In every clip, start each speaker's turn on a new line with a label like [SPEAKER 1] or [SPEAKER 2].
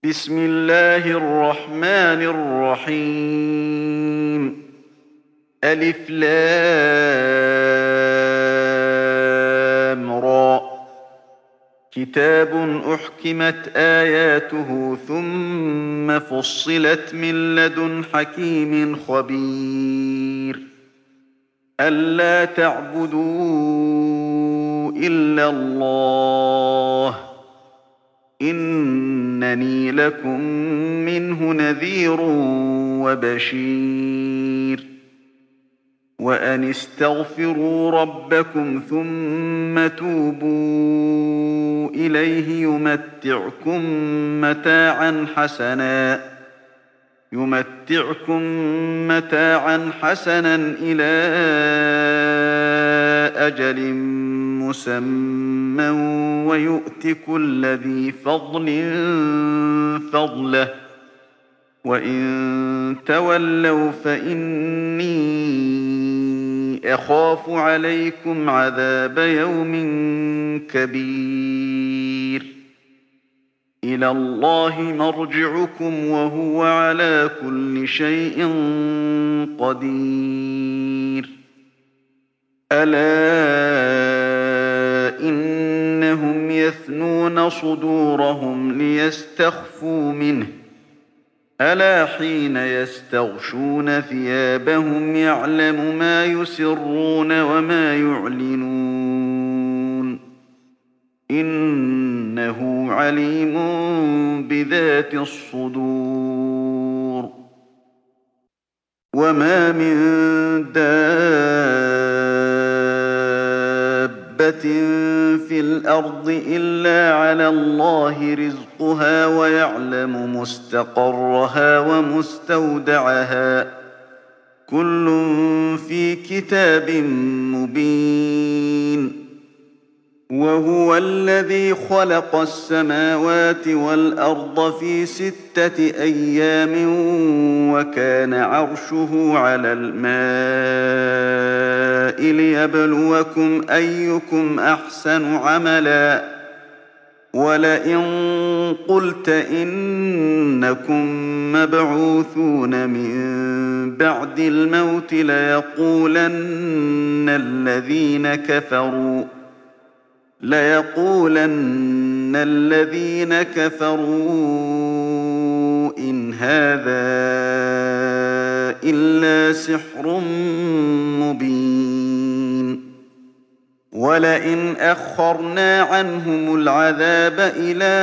[SPEAKER 1] بسم الله الرحمن الرحيم. ألف لام را. كتاب أحكمت آياته ثم فصلت من لدن حكيم خبير. ألا تعبدوا إلا الله إنني لكم منه نذير وبشير. وأن استغفروا ربكم ثم توبوا إليه يمتعكم متاعا حسنا إلى أجل مسمى ويؤت كل ذي فضل فضله وإن تولوا فإني أخاف عليكم عذاب يوم كبير. إلى الله مرجعكم وهو على كل شيء قدير. ألا إنهم يثنون صدورهم ليستخفوا منه ألا حين يستغشون ثيابهم يعلم ما يسرون وما يعلنون إنه عليم بذات الصدور. وما من دابة في الأرض إلا على الله رزقها ويعلم مستقرها ومستودعها كل في كتاب مبين. وهو الذي خلق السماوات والأرض في 6 أيام وكان عرشه على الماء ليبلوكم أيكم أحسن عملا. ولئن قلت إنكم مبعوثون من بعد الموت ليقولن الذين كفروا إن هذا إلا سحر مبين. ولئن أخرنا عنهم العذاب إلى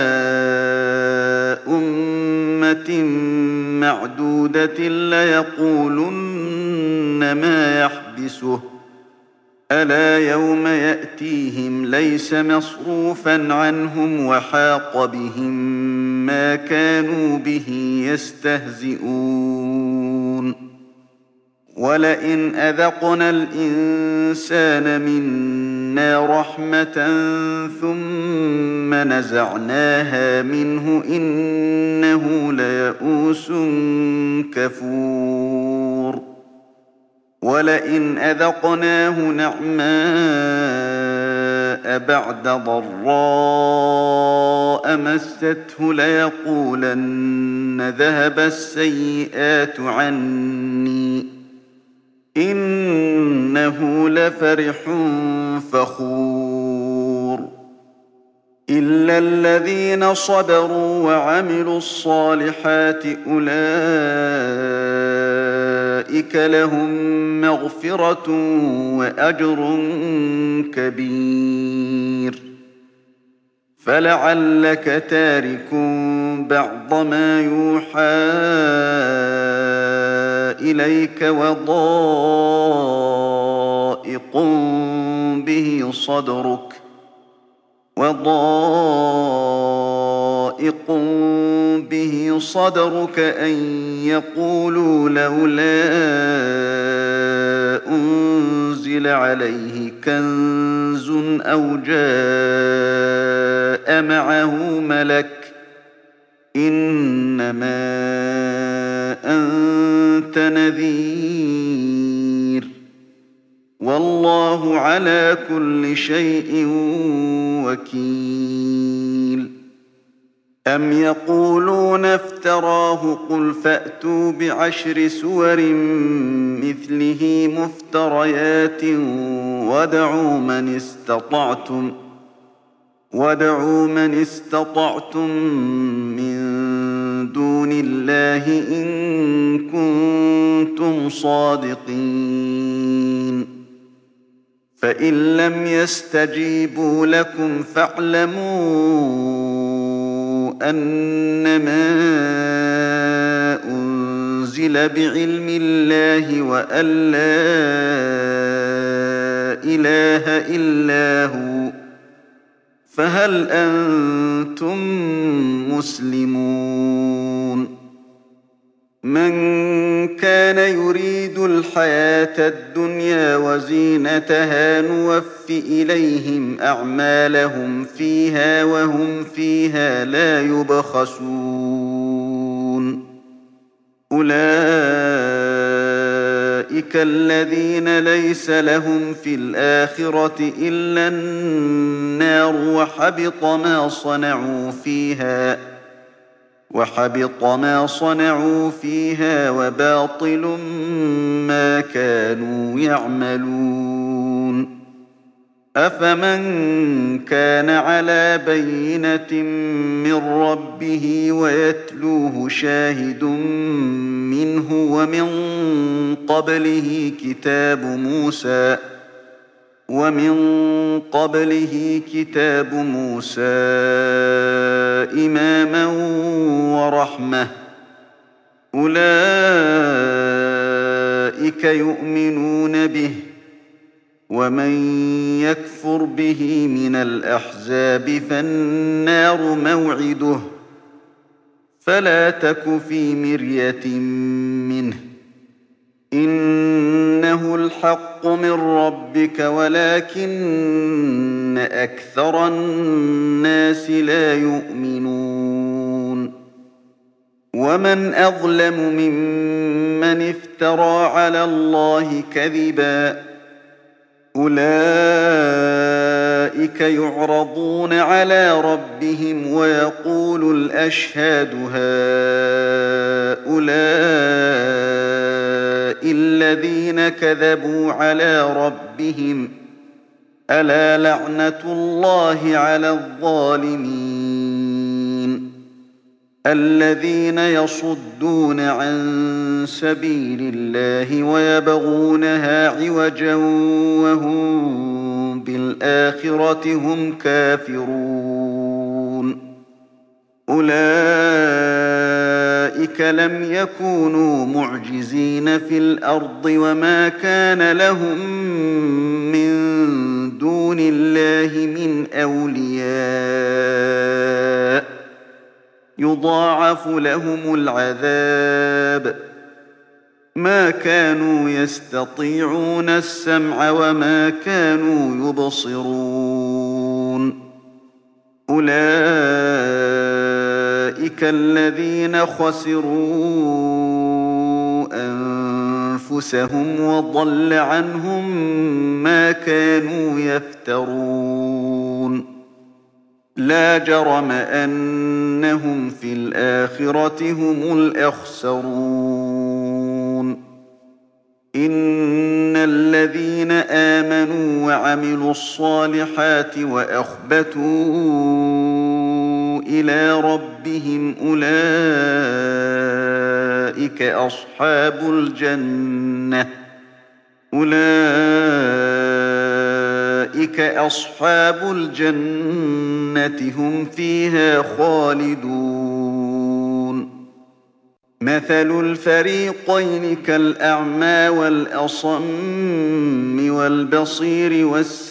[SPEAKER 1] أمة معدودة ليقولن ما يحبسه ألا يوم يأتيهم ليس مصروفا عنهم وحاق بهم ما كانوا به يستهزئون. ولئن أذقنا الإنسان منا رحمة ثم نزعناها منه إنه ليئوس كفور. ولئن أذقناه نعماء بعد ضراء مسته ليقولن ذهب السيئات عني إنه لفرح فخور. إلا الذين صبروا وعملوا الصالحات أولئك لهم مغفرة وأجر كبير. فلعلك تارك بعض ما يوحى إليك وضائق به صدرك أن يقولوا لولا أنزل عليه كنز أو جاء معه ملك إنما أنت نذير والله على كل شيء وكيل. أَمْ يَقُولُونَ افْتَرَاهُ قُلْ فَأْتُوا بِعَشْرِ سُوَرٍ مِّثْلِهِ مُفْتَرَيَاتٍ وَادْعُوا مَنِ اسْتَطَعْتُم مِّن دُونِ اللَّهِ إِن كُنتُمْ صَادِقِينَ فَإِن لَّمْ يَسْتَجِيبُوا لَكُمْ فَاعْلَمُوا أَنَّمَا أُنزِلَ بِعِلْمِ اللَّهِ وَأَن لَّا إِلَٰهَ إِلَّا هُوَ فَهَلْ أَنتُم مُّسْلِمُونَ مَن كَانَ يُرِيدُ الْحَيَاةَ الدُّنْيَا وَزِينَتَهَا نُوَفِّ إِلَيْهِمْ أَعْمَالَهُمْ فِيهَا وَهُمْ فِيهَا لَا يُبْخَسُونَ أُولَٰئِكَ الَّذِينَ لَيْسَ لَهُمْ فِي الْآخِرَةِ إِلَّا النَّارُ وَحَبِطَ مَا صَنَعُوا فِيهَا وَبَاطِلٌ مَّا كَانُوا يَعْمَلُونَ أَفَمَن كَانَ عَلَىٰ بَيِّنَةٍ مِّن رَّبِّهِ وَيَتْلُوهُ شَاهِدٌ مِّنْهُ ومن قبله كتاب موسى إماما ورحمة أولئك يؤمنون به ومن يكفر به من الأحزاب فالنار موعده فلا تك في مرية منه إنه الحق من ربك ولكن أكثر الناس لا يؤمنون ومن أظلم ممن افترى على الله كذبا أولئك يعرضون على ربهم ويقول الأشهاد هؤلاء الذين كذبوا على ربهم ألا لعنة الله على الظالمين الذين يصدون عن سبيل الله ويبغونها عوجا وهم بالآخرة هم كافرون أولئك لم يكونوا معجزين في الأرض وما كان لهم من دون الله من أولياء يضاعف لهم العذاب ما كانوا يستطيعون السمع وما كانوا يبصرون أولئك الذين خسروا أنفسهم وضل عنهم ما كانوا يفترون لا جرم أنهم في الآخرة هم الأخسرون إن الذين آمنوا وعملوا الصالحات وأخبتوا إلى ربهم أولئك أصحاب الجنة هم فيها خالدون مثل الفريقين كالأعمى والأصم والبصير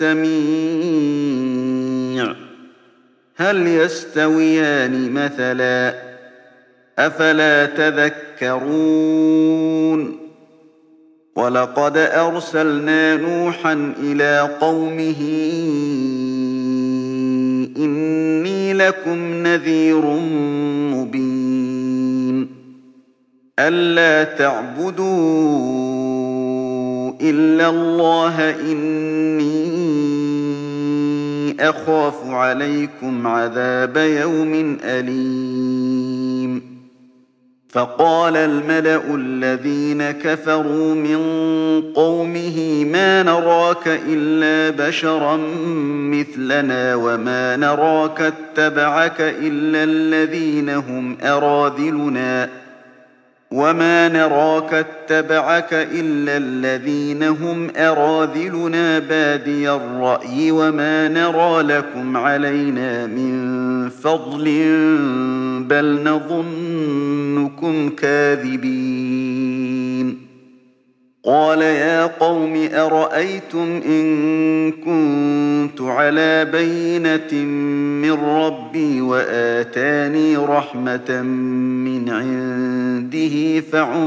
[SPEAKER 1] والسميع هل يستويان مثلا أفلا تذكرون ولقد أرسلنا نوحا إلى قومه إني لكم نذير مبين ألا تعبدوا إلا الله إني أخاف عليكم عذاب يوم أليم فقال الملأ الذين كفروا من قومه ما نراك إلا بشرا مثلنا وما نراك اتبعك إلا الذين هم أراذلنا بادي الرأي وما نرى لكم علينا من فضل بل نظنكم كاذبين قال يا قوم أرأيتم إن كنت على بينة من ربي وآتاني رحمة من عنده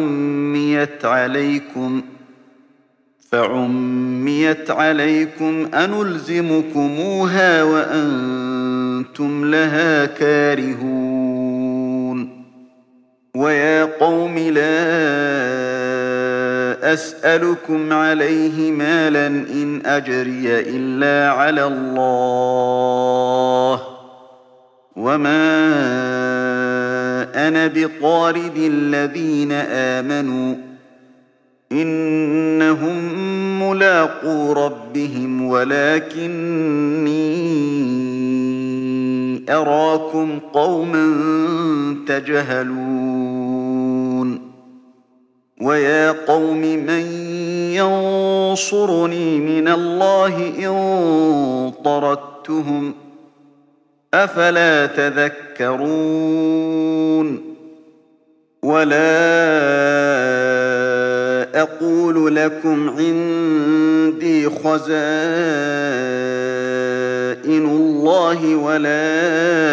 [SPEAKER 1] فعميت عليكم أنلزمكموها وأنتم لها كارهون ويا قوم لا أسألكم عليه مالا إن أجري إلا على الله وما أنا بطارد الذين آمنوا إنهم ملاقو ربهم ولكني أراكم قوما تجهلون ويا قوم من ينصرني من الله إن طردتهم أفلا تذكرون ولا أقول لكم عندي خزائن الله ولا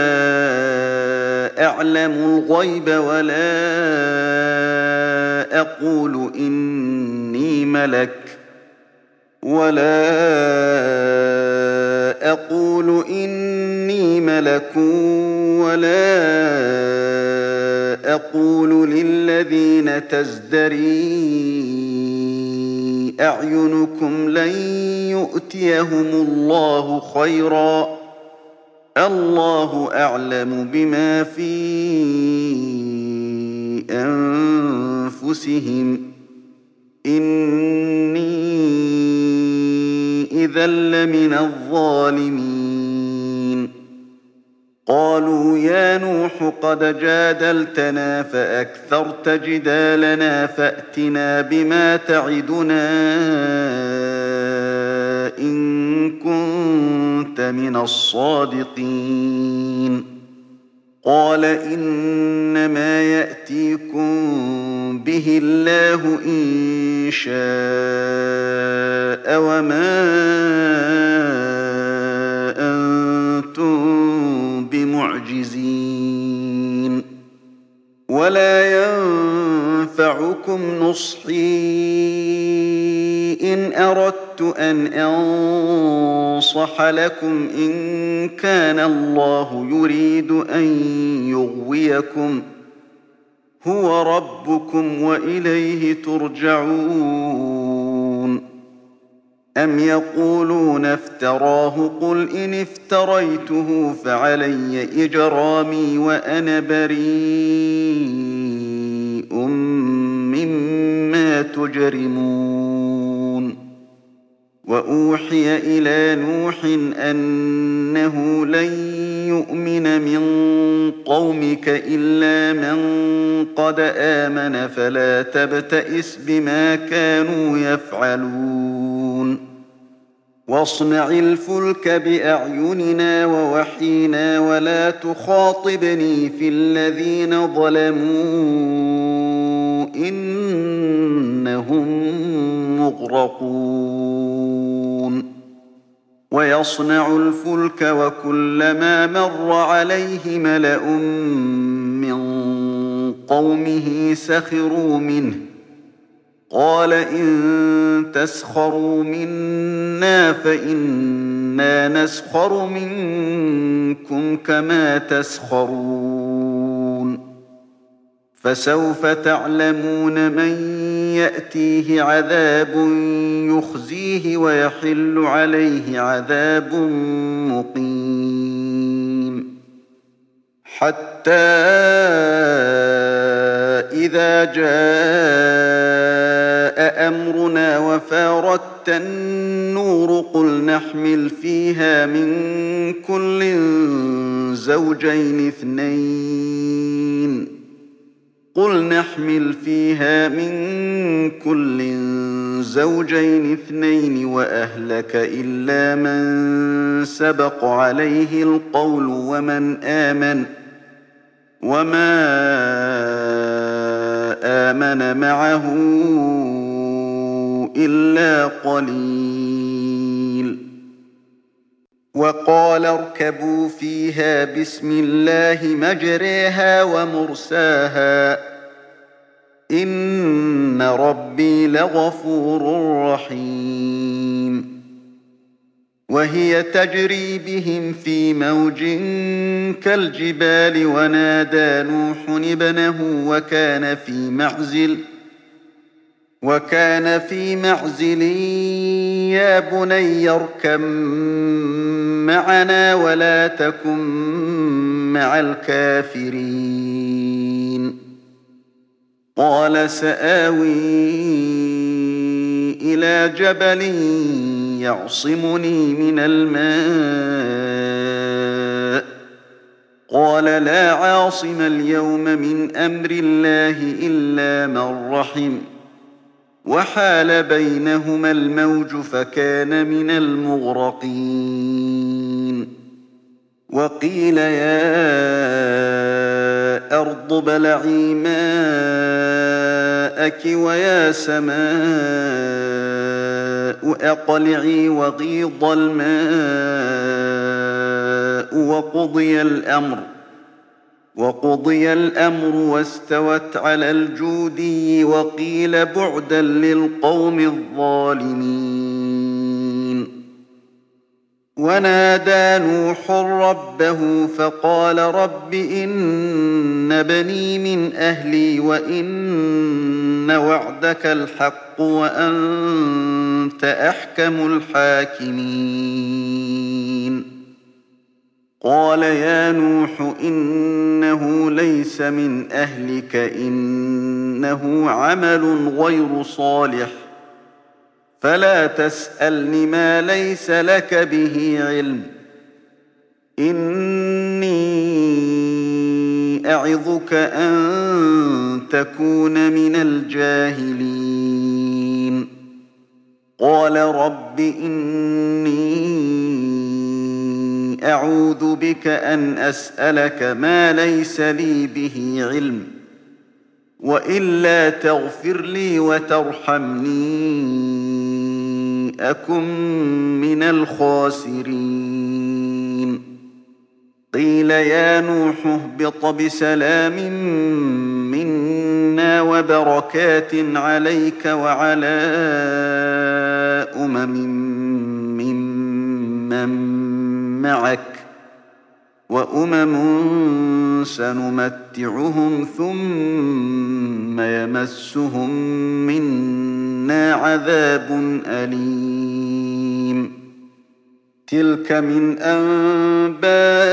[SPEAKER 1] أعلم الغيب ولا أقول إني ملك ولا أقول للذين تزدري أعينكم لن يؤتيهم الله خيرا الله أعلم بما في أنفسهم إني إذا لمن الظالمين قالوا يا نوح قد جادلتنا فأكثرت جدالنا فأتنا بما تعدنا إن كنت من الصادقين قال إنما يأتيكم به الله إن شاء وما أنتم بمعجزين ولا ينفعكم نصحي إن أردت أن أنصح لكم إن كان الله يريد أن يغويكم هو ربكم وإليه ترجعون أم يقولون افتراه قل إن افتريته فعلي إجرامي وأنا بريء مما تجرمون وأوحي إلى نوح أنه لن يؤمن من قومك إلا من قد آمن فلا تبتئس بما كانوا يفعلون واصنع الفلك بأعيننا ووحينا ولا تخاطبني في الذين ظلموا إنهم مغرقون ويصنع الفلك وكلما مر عليه ملأ من قومه سخروا منه قال إن تسخروا منا فإنا نسخر منكم كما تسخرون فسوف تعلمون من يأتيه عذاب يخزيه ويحل عليه عذاب مقيم. حتى إذا جاء أمرنا وفارت النور قل نحمل فيها من كل زوجين اثنين وأهلك إلا من سبق عليه القول وما آمن معه إلا قليل. وقال اركبوا فيها بسم الله مجريها ومرساها إن ربي لغفور رحيم. وهي تجري بهم في موج كالجبال ونادى نوح ابنه وكان في معزل يا بني اركب معنا ولا تكن مع الكافرين. قال سآوي إلى جبل يعصمني من الماء قال لا عاصم اليوم من أمر الله إلا من رحم وحال بينهما الموج فكان من المغرقين. وقيل يا أرض ابلعي ماءك ويا سماء أقلعي وغيض الماء وقضي الأمر واستوت على الجودي وقيل بعدا للقوم الظالمين. ونادى نوح ربه فقال رب إن بني من أهلي وإن وعدك الحق وأنت أحكم الحاكمين. قال يا نوح إنه ليس من أهلك إنه عمل غير صالح فلا تسألني ما ليس لك به علم إني أعظك أن تكون من الجاهلين. قال رب إني أعوذ بك أن أسألك ما ليس لي به علم وإلا تغفر لي وترحمني أكن من الخاسرين. قيل يا نوح اهبط بسلام منا وبركات عليك وعلى ممن معك وأمم سنمتعهم ثم يمسهم منا عذاب أليم. تلك من أنباء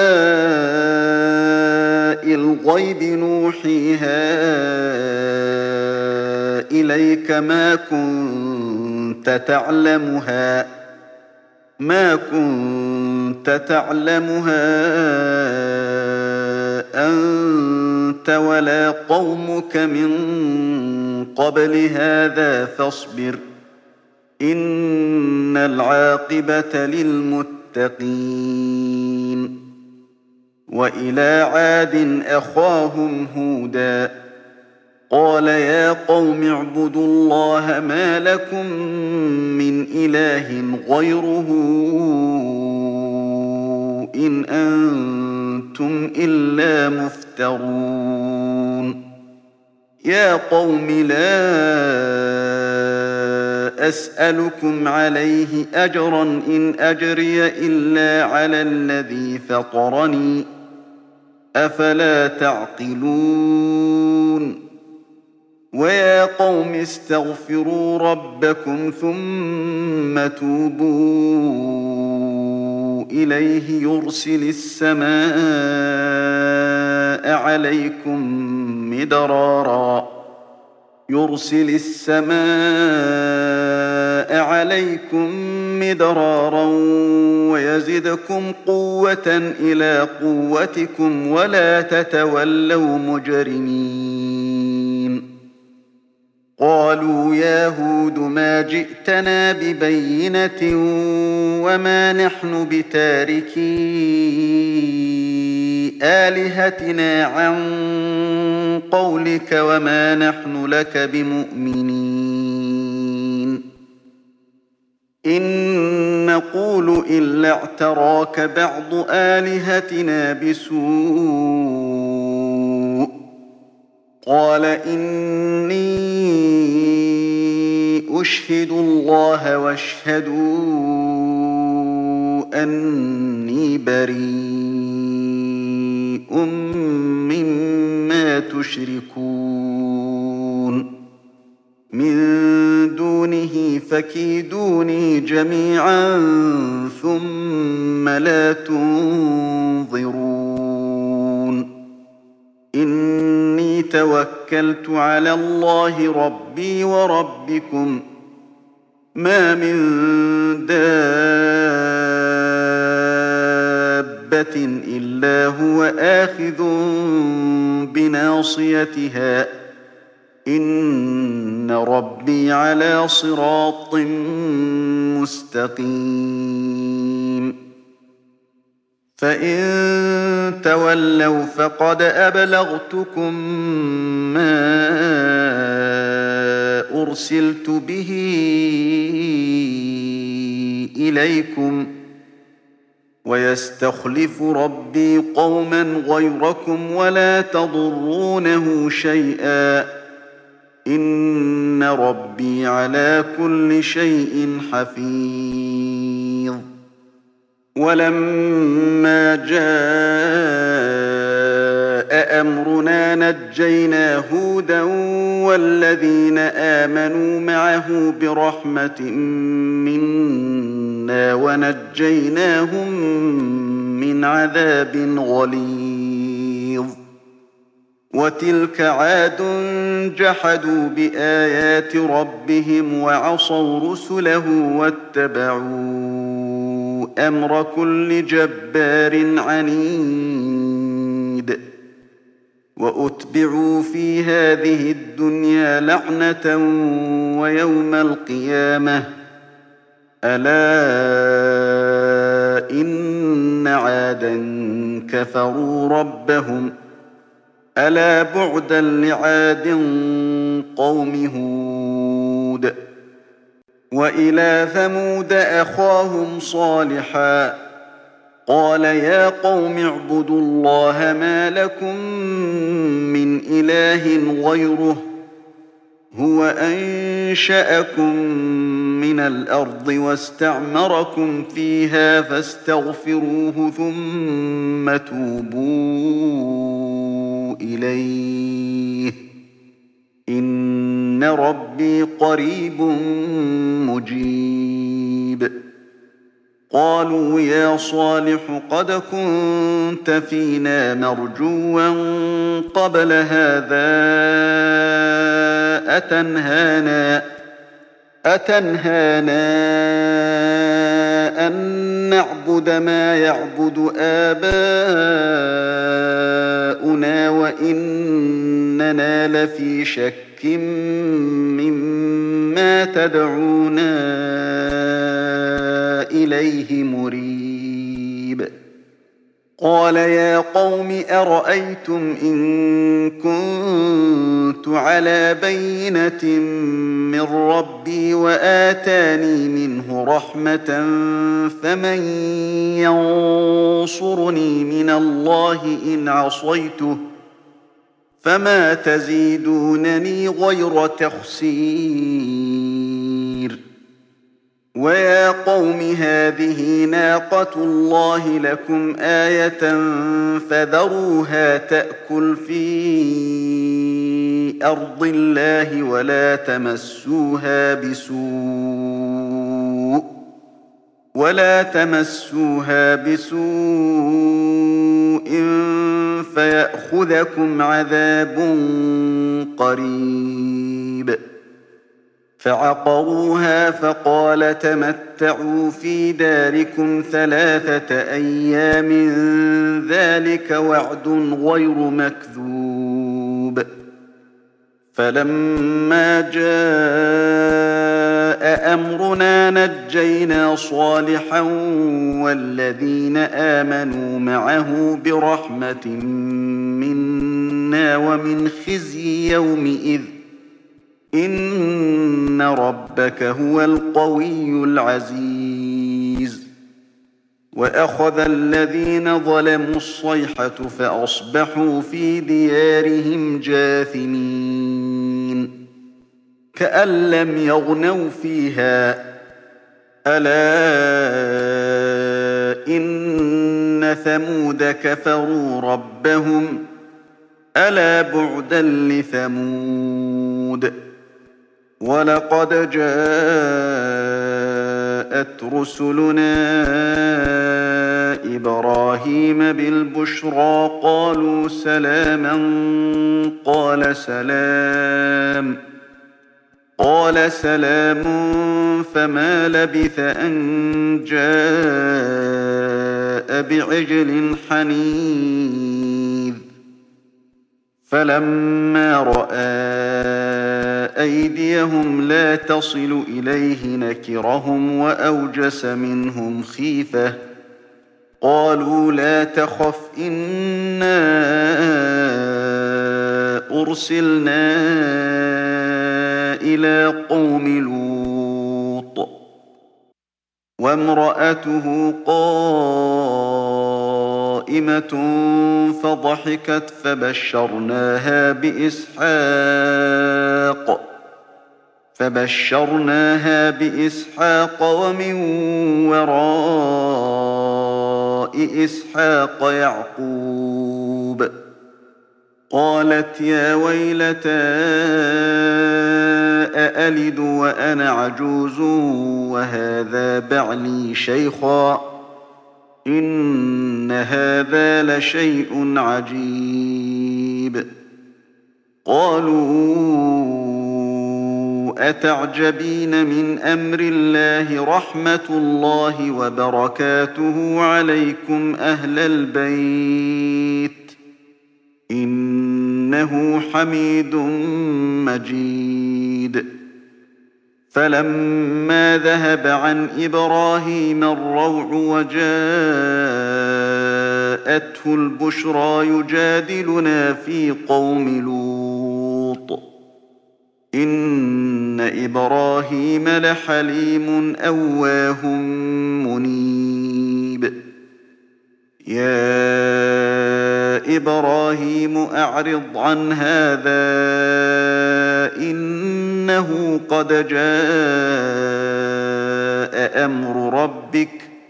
[SPEAKER 1] الغيب نوحيها إليك ما كنت تعلمها أنت ولا قومك من قبل هذا فاصبر إن العاقبة للمتقين. وإلى عاد أخاهم هودا قال يا قوم اعبدوا الله ما لكم من إله غيره إن أنتم إلا مفترون. يا قوم لا أسألكم عليه أجرا إن أجري إلا على الذي فطرني أفلا تعقلون. ويا قوم استغفروا ربكم ثم توبوا إليه يرسل السماء عليكم مدرارا ويزدكم قوة إلى قوتكم ولا تتولوا مجرمين قالوا يا هود ما جئتنا ببينة وما نحن بتاركي آلهتنا عن قولك وما نحن لك بمؤمنين إن نقول إلا اعتراك بعض آلهتنا بسوء قال إني أشهد الله واشهدوا أني بريء مما تشركون من دونه فكيدوني جميعا ثم لا تنظرون إني توكلت على الله ربي وربكم ما من دابة إلا هو آخذ بناصيتها إن ربي على صراط مستقيم فإن تولوا فقد أبلغتكم ما أرسلت به إليكم ويستخلف ربي قوما غيركم ولا تضرونه شيئا إن ربي على كل شيء حفيظ ولما جاء أمرنا نجينا هودا والذين آمنوا معه برحمة منا ونجيناهم من عذاب غليظ وتلك عاد جحدوا بآيات ربهم وعصوا رسله واتبعوا أمر كل جبار عنيد وأتبعوا في هذه الدنيا لعنة ويوم القيامة ألا إن عادا كفروا ربهم ألا بعدا لعاد قوم هود وإلى ثمود أخاهم صالحا قال يا قوم اعبدوا الله ما لكم من إله غيره هو أنشأكم من الأرض واستعمركم فيها فاستغفروه ثم توبوا إليه إن ربي قريب مجيب قالوا يا صالح قد كنت فينا مرجوا قبل هذا أتنهانا أن نعبد ما يعبد آباؤنا وإننا لفي شك مما تدعونا إليه مريب قال يا قوم أرأيتم إن كنت على بينة من ربي وآتاني منه رحمة فمن ينصرني من الله إن عصيته فما تزيدونني غير تخسير ويا قوم هذه ناقة الله لكم آية فذروها تأكل في أرض الله ولا تمسوها بسوء فيأخذكم عذاب قريب. فعقروها فقال تمتعوا في داركم 3 أيام ذلك وعد غير مكذوب. فلما جاء أمرنا نجينا صالحا والذين آمنوا معه برحمة منا ومن خزي يومئذ إن ربك هو القوي العزيز. وأخذ الذين ظلموا الصيحة فأصبحوا في ديارهم جاثمين كأن لم يغنوا فيها ألا إن ثمود كفروا ربهم ألا بعدا لثمود. ولقد جاءت رسلنا إبراهيم بالبشرى قالوا سلاما قال سلام فما لبث أن جاء بعجل حنيذ. فلما رأى أيديهم لا تصل إليه نكرهم وأوجس منهم خيفة قالوا لا تخف إنا أرسلنا إلى قوم لوط وامرأته قائمة فضحكت فبشرناها بإسحاق ومن وراء إسحاق يعقوب. قالت يا ويلتى أألد وأنا عجوز وهذا بعلي شيخا إن هذا لشيء عجيب. قالوا أتعجبين من أمر الله رحمة الله وبركاته عليكم أهل البيت إنه حميد مجيد. فلما ذهب عن إبراهيم الروع وجاءته البشرى يجادلنا في قوم لوط إن إبراهيم لحليم أواه منيب. يا إبراهيم أعرض عن هذا إنه قد جاء أمر ربك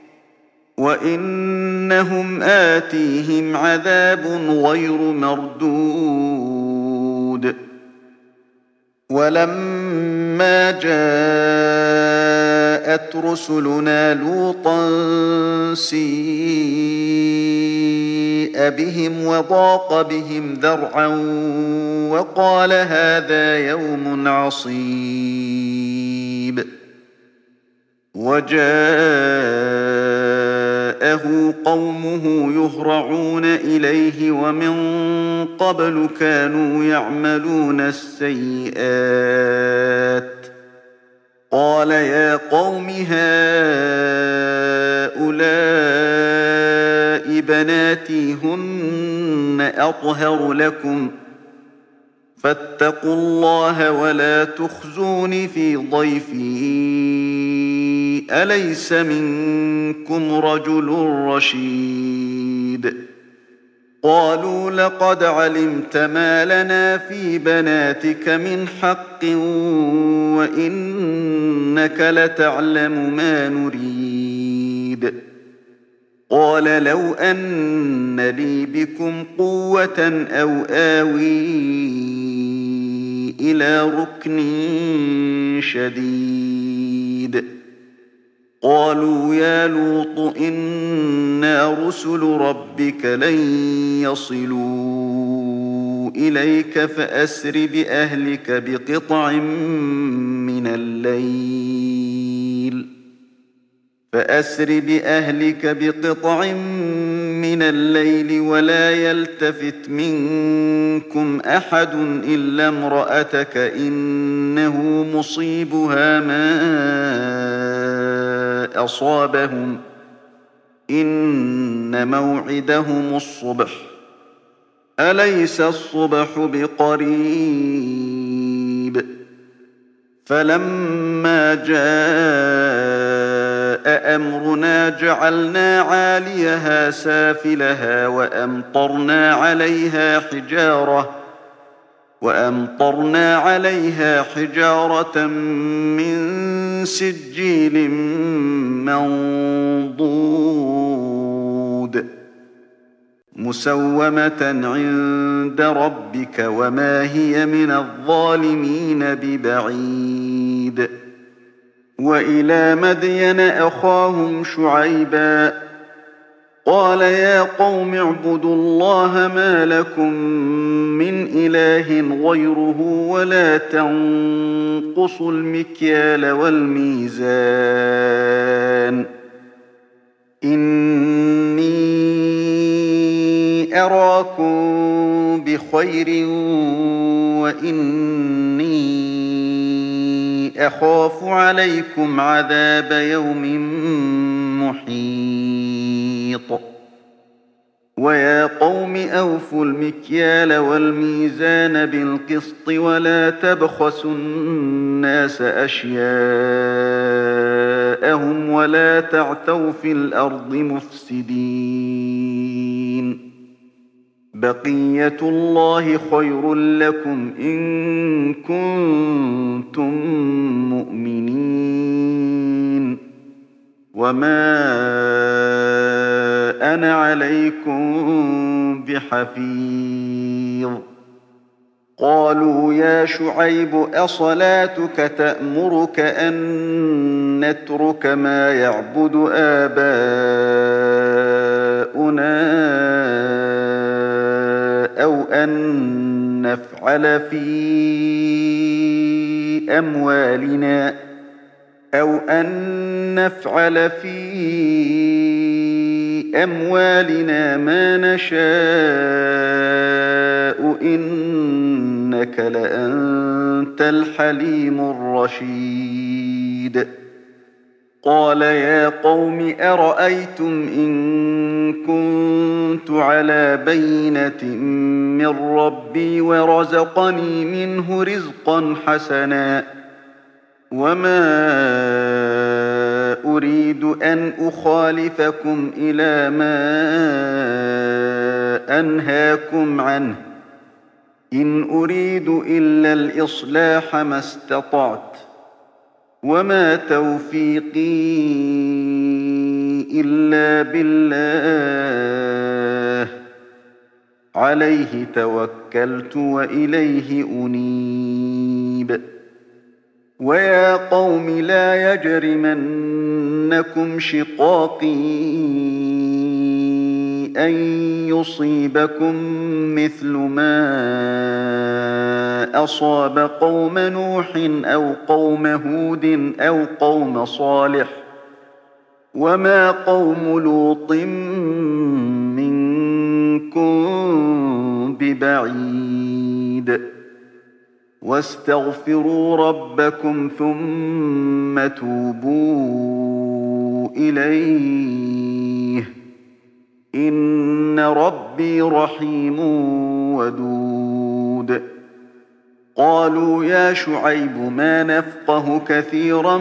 [SPEAKER 1] وإنهم آتيهم عذاب غير مردود. ولما جاءت رسلنا لوطا سيء بهم وضاق بهم ذرعا وقال هذا يوم عصيب. وجاءه قومه يهرعون إليه ومن قبل كانوا يعملون السيئات. قال يا قوم هؤلاء بناتي هن أطهر لكم فاتقوا الله ولا تخزون في ضيفي أليس منكم رجل رشيد. قالوا لقد علمت ما لنا في بناتك من حق وإنك لتعلم ما نريد. قال لو أن لي بكم قوة أو آوي إلى ركن شديد قالوا يا لوط إنا رسل ربك لن يصلوا إليك فأسر بأهلك بقطع من الليل ولا يلتفت منكم أحد إلا امرأتك إنه مصيبها ما أصابهم إن موعدهم الصبح أليس الصبح بقريب فلما جاء أمرنا جعلنا عاليها سافلها وأمطرنا عليها حجارة من سجيل منضود مسومة عند ربك وما هي من الظالمين ببعيد وإلى مدين أخاهم شعيبا قال يا قوم اعبدوا الله ما لكم من إله غيره ولا تنقصوا المكيال والميزان إني أراكم بخير وإني أخاف عليكم عذاب يوم محيط ويا قوم أوفوا المكيال والميزان بالقسط ولا تبخسوا الناس أشياءهم ولا تعثوا في الأرض مفسدين بقية الله خير لكم إن كنتم مؤمنين وما أنا عليكم بحفيظ قالوا يا شعيب أصلاتك تأمرك أن نترك ما يعبد آباؤنا أو أن نفعل في أموالنا ما نشاء إنك لأنت الحليم الرشيد قال يا قوم أرأيتم إن كنت على بينة من ربي ورزقني منه رزقا حسنا وما أريد أن أخالفكم إلى ما أنهاكم عنه إن أريد إلا الإصلاح ما استطعت وما توفيقي إلا بالله عليه توكلت وإليه أنيب ويا قوم لا يجرمنكم شقاقي أن يصيبكم مثل ما أصاب قوم نوح أو قوم هود أو قوم صالح وما قوم لوط منكم ببعيد واستغفروا ربكم ثم توبوا إليه إن ربي رحيم ودود قالوا يا شعيب ما نفقه كثيرا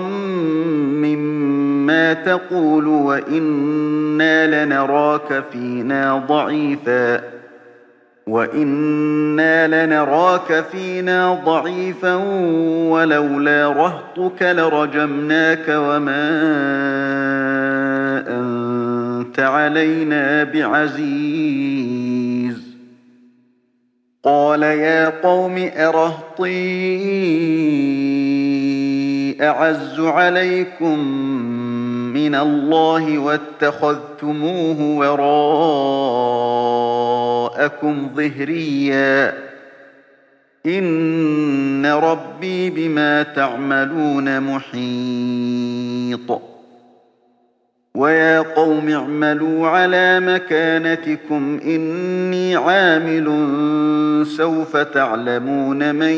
[SPEAKER 1] مما تقول وإنا لنراك فينا ضعيفا ولولا رهطك لرجمناك وما أنت علينا بعزيز قال يا قوم أرهطي أعز عليكم من الله واتخذتموه وراءكم ظهريا إن ربي بما تعملون محيط ويا قوم اعملوا على مكانتكم إني عامل سوف تعلمون من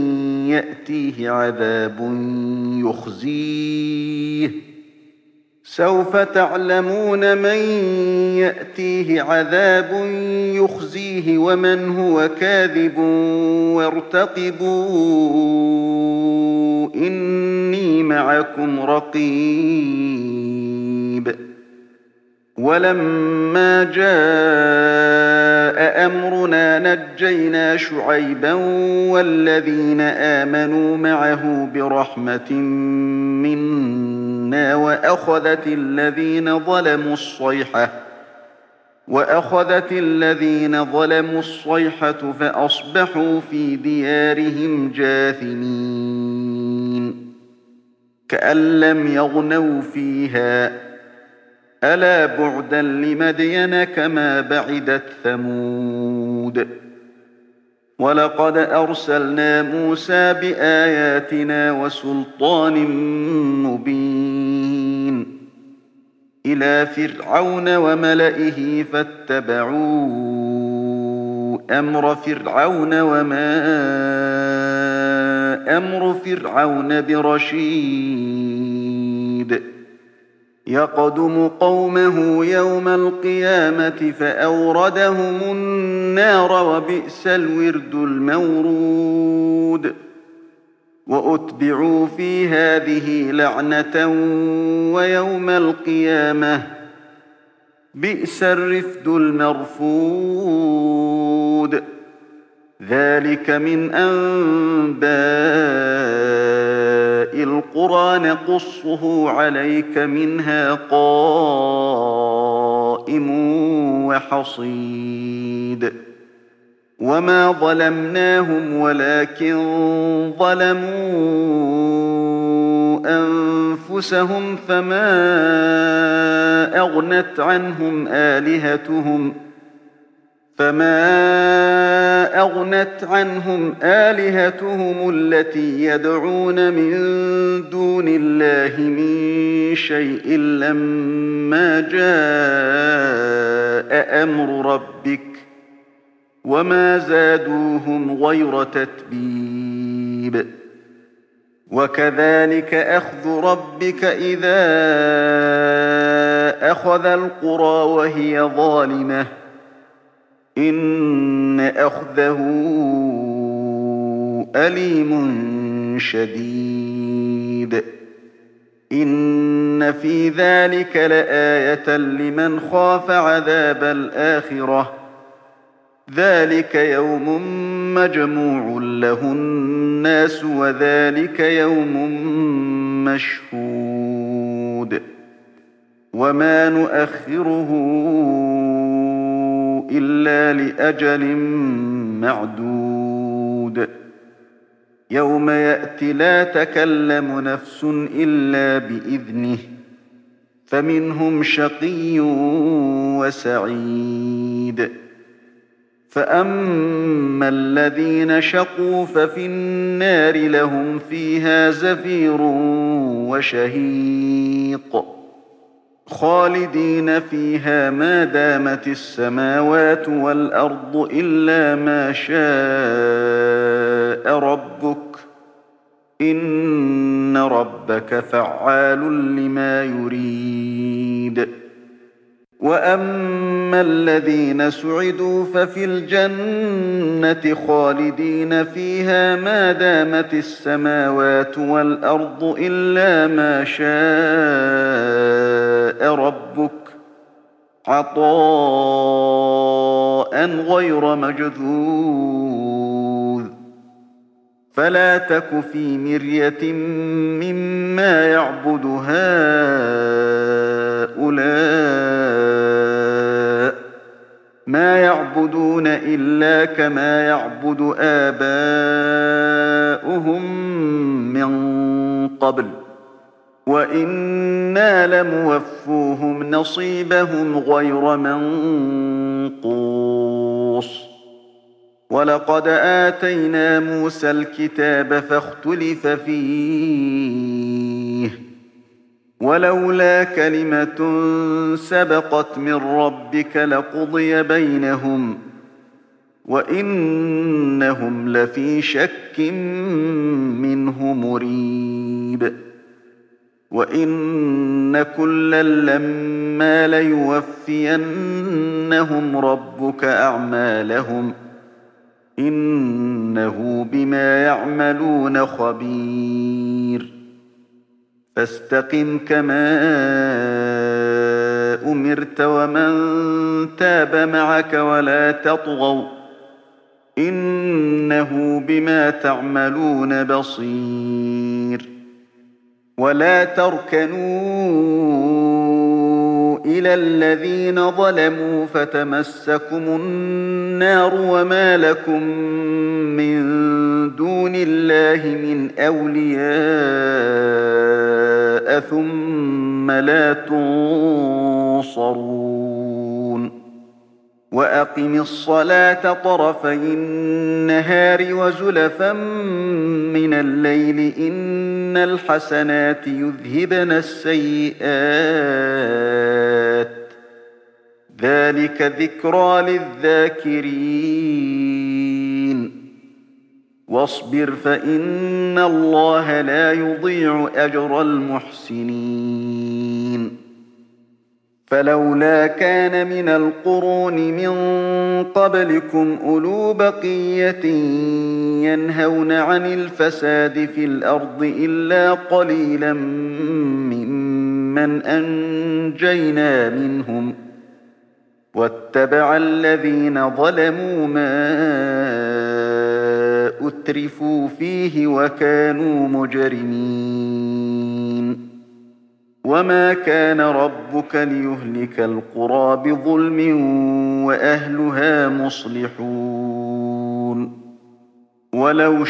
[SPEAKER 1] يأتيه عذاب يخزيه ومن هو كاذب وارتقبوا إني معكم رقيب ولما جاء أمرنا نجينا شعيبا والذين آمنوا معه برحمة منا وأخذت الذين ظلموا الصيحة فأصبحوا في ديارهم جاثمين كأن لم يغنوا فيها ألا بعدا لمدين كما بعدت ثمود ولقد أرسلنا موسى بآياتنا وسلطان مبين إلى فرعون وملئه فاتبعوا أمر فرعون وما أمر فرعون برشيد يقدم قومه يوم القيامة فأوردهم النار وبئس الورد المورود وأتبعوا في هذه لعنة ويوم القيامة بئس الرفد المرفود ذلك من أنباء القرى نقصه عليك منها قائم وحصيد وما ظلمناهم ولكن ظلموا أنفسهم فما أغنت عنهم آلهتهم التي يدعون من دون الله من شيء لما جاء أمر ربك وما زادوهم غير تتبيب وكذلك أخذ ربك إذا أخذ القرى وهي ظالمة إن أخذه أليم شديد إن في ذلك لآية لمن خاف عذاب الآخرة ذلك يوم مجموع له الناس وذلك يوم مشهود وما نؤخره إلا لأجل معدود يوم يأتي لا تكلم نفس إلا بإذنه فمنهم شقي وسعيد فأما الذين شقوا ففي النار لهم فيها زفير وشهيق خالدين فيها ما دامت السماوات والأرض إلا ما شاء ربك إن ربك فعال لما يريد وأما الذين سعدوا ففي الجنة خالدين فيها ما دامت السماوات والأرض إلا ما شاء ربك عطاء غير مجذوذ فلا تك في مرية مما يعبد هؤلاء ما يعبدون إلا كما يعبد آباؤهم من قبل وإنا لموفوهم نصيبهم غير منقوص ولقد آتينا موسى الكتاب فاختلف فيه ولولا كلمة سبقت من ربك لقضي بينهم وإنهم لفي شك منه مريب وإن كلا لما ليوفينهم ربك أعمالهم إنه بما يعملون خبير فاستقم كما أمرت ومن تاب معك ولا تطغوا إنه بما تعملون بصير ولا تركنوا إلى الذين ظلموا فتمسكم النار وما لكم من دون الله من أولياء ثم لا تنصرون وأقم الصلاة طرفي النهار وزلفا من الليل إن الحسنات يذهبن السيئات ذلك ذكرى للذاكرين واصبر فإن الله لا يضيع أجر المحسنين فلولا كان من القرون من قبلكم أولو بقية ينهون عن الفساد في الأرض إلا قليلا ممن أنجينا منهم واتبع الذين ظلموا ما أترفوا فيه وكانوا مجرمين وما كان ربك ليهلك القرى بظلم وأهلها مصلحون ولو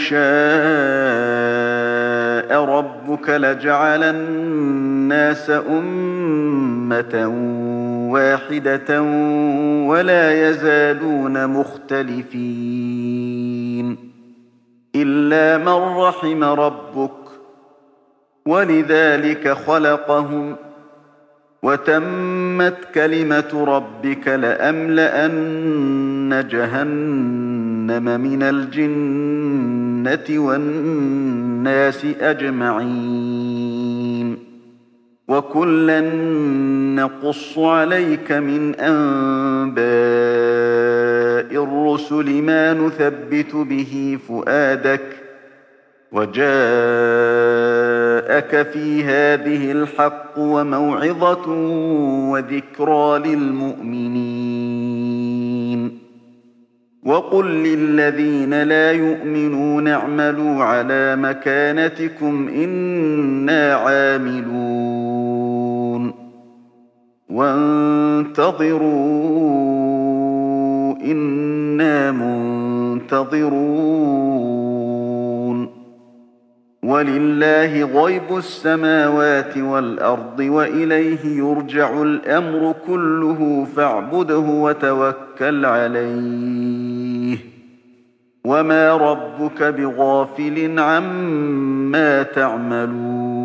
[SPEAKER 1] شاء ربك لجعل الناس أمة واحدة ولا يزالون مختلفين إلا من رحم ربك ولذلك خلقهم وتمت كلمة ربك لأملأن جهنم من الجنة والناس أجمعين وكلا نقص عليك من أنباء الرسل ما نثبت به فؤادك وجاءك في هذه الحق وموعظة وذكرى للمؤمنين وقل للذين لا يؤمنون اعملوا على مكانتكم إنا عاملون وانتظروا إنا منتظرون ولله غيب السماوات والأرض وإليه يرجع الأمر كله فاعبده وتوكل عليه وما ربك بغافل عما تعملون